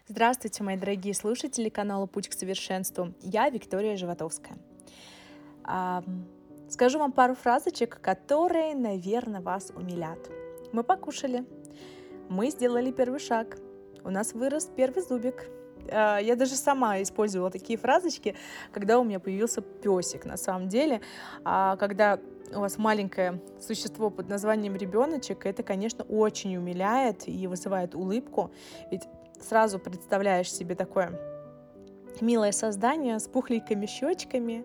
Здравствуйте, мои дорогие слушатели канала «Путь к совершенству». Я Виктория Животовская. Скажу вам пару фразочек, которые, наверное, вас умилят. Мы покушали, мы сделали первый шаг, у нас вырос первый зубик. Я даже сама использовала такие фразочки, когда у меня появился песик. На самом деле, когда у вас маленькое существо под названием ребеночек, это, конечно, очень умиляет и вызывает улыбку. Ведь сразу представляешь себе такое милое создание с пухленькими щечками.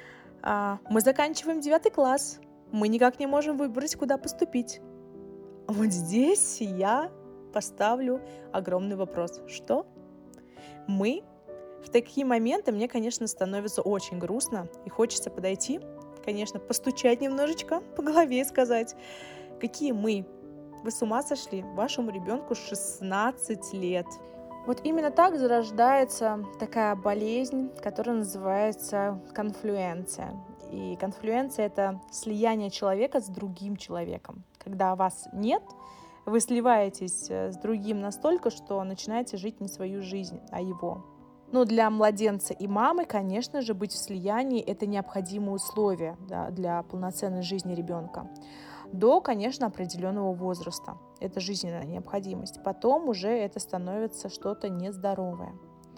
Мы заканчиваем 9 класс. Мы никак не можем выбрать, куда поступить. Вот здесь я поставлю огромный вопрос. Что? Мы? В такие моменты мне, конечно, становится очень грустно. И хочется подойти, конечно, постучать немножечко по голове и сказать: какие мы? Вы с ума сошли? Вашему ребенку 16 лет. Вот именно так зарождается такая болезнь, которая называется конфлюенция. И конфлюенция — это слияние человека с другим человеком. Когда вас нет, вы сливаетесь с другим настолько, что начинаете жить не свою жизнь, а его. Но для младенца и мамы, конечно же, быть в слиянии — это необходимое условие, да, для полноценной жизни ребенка. До, конечно, определенного возраста. Это жизненная необходимость. Потом уже это становится что-то нездоровое.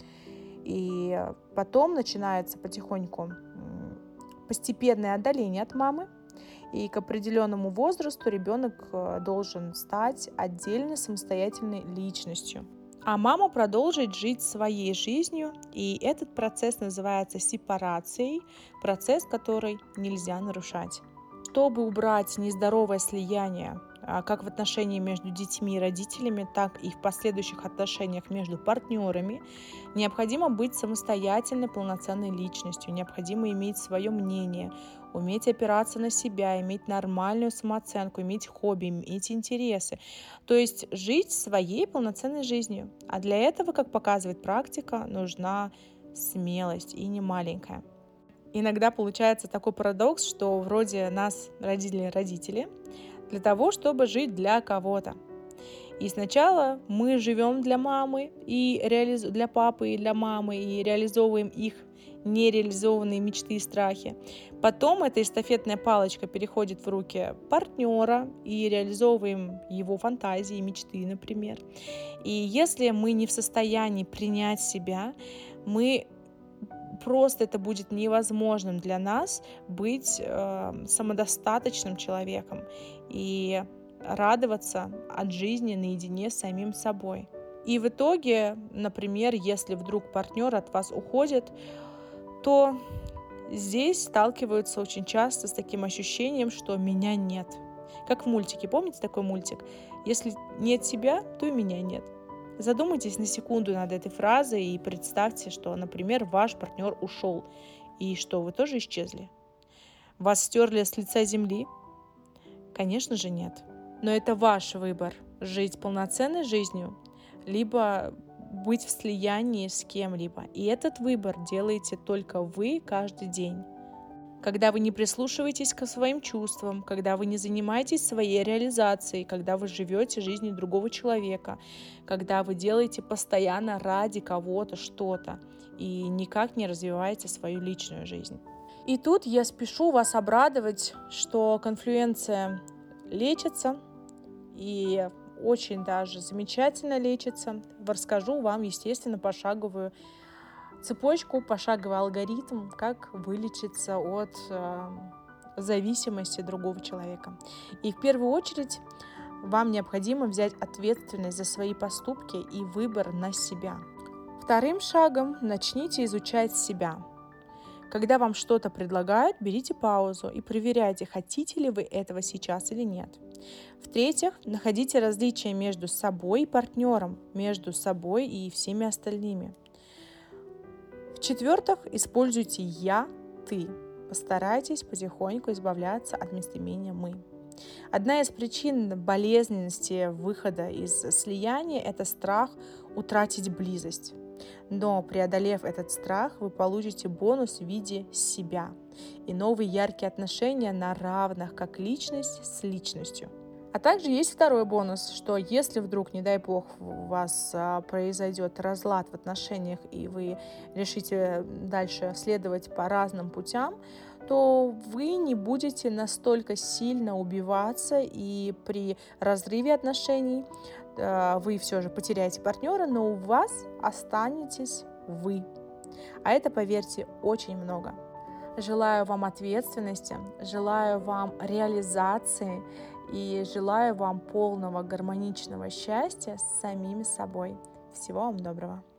И потом начинается потихоньку постепенное отдаление от мамы. И к определенному возрасту ребенок должен стать отдельной самостоятельной личностью. А мама продолжит жить своей жизнью, и этот процесс называется сепарацией, процесс, который нельзя нарушать. Чтобы убрать нездоровое слияние, как в отношении между детьми и родителями, так и в последующих отношениях между партнерами, необходимо быть самостоятельной, полноценной личностью, необходимо иметь свое мнение, уметь опираться на себя, иметь нормальную самооценку, иметь хобби, иметь интересы. То есть жить своей полноценной жизнью. А для этого, как показывает практика, нужна смелость, и не маленькая. Иногда получается такой парадокс, что вроде нас родили родители для того, чтобы жить для кого-то. И сначала мы живем для мамы, и для папы и для мамы, и реализовываем их нереализованные мечты и страхи. Потом эта эстафетная палочка переходит в руки партнера, и реализовываем его фантазии и мечты, например. И если мы не в состоянии принять себя, просто это будет невозможным для нас быть самодостаточным человеком и радоваться от жизни наедине с самим собой. И в итоге, например, если вдруг партнер от вас уходит, то здесь сталкиваются очень часто с таким ощущением, что меня нет. Как в мультике, помните такой мультик? Если нет тебя, то и меня нет. Задумайтесь на секунду над этой фразой и представьте, что, например, ваш партнер ушел, и что, вы тоже исчезли? Вас стерли с лица земли? Конечно же нет. Но это ваш выбор – жить полноценной жизнью, либо быть в слиянии с кем-либо. И этот выбор делаете только вы каждый день. Когда вы не прислушиваетесь к своим чувствам, когда вы не занимаетесь своей реализацией, когда вы живете жизнью другого человека, когда вы делаете постоянно ради кого-то что-то и никак не развиваете свою личную жизнь. И тут я спешу вас обрадовать, что конфлюенция лечится и очень даже замечательно лечится. Расскажу вам, естественно, пошаговую цепочку, пошаговый алгоритм, как вылечиться от зависимости другого человека. И в первую очередь вам необходимо взять ответственность за свои поступки и выбор на себя. Вторым шагом начните изучать себя. Когда вам что-то предлагают, берите паузу и проверяйте, хотите ли вы этого сейчас или нет. В-третьих, находите различия между собой и партнером, между собой и всеми остальными. В-четвертых, используйте «я», «ты». Постарайтесь потихоньку избавляться от местоимения «мы». Одна из причин болезненности выхода из слияния – это страх утратить близость. Но, преодолев этот страх, вы получите бонус в виде себя и новые яркие отношения на равных, как личность с личностью. А также есть второй бонус, что если вдруг, не дай бог, у вас произойдет разлад в отношениях, и вы решите дальше следовать по разным путям, то вы не будете настолько сильно убиваться, и при разрыве отношений вы все же потеряете партнера, но у вас останетесь вы. А это, поверьте, очень много. Желаю вам ответственности, желаю вам реализации и желаю вам полного гармоничного счастья с самими собой. Всего вам доброго!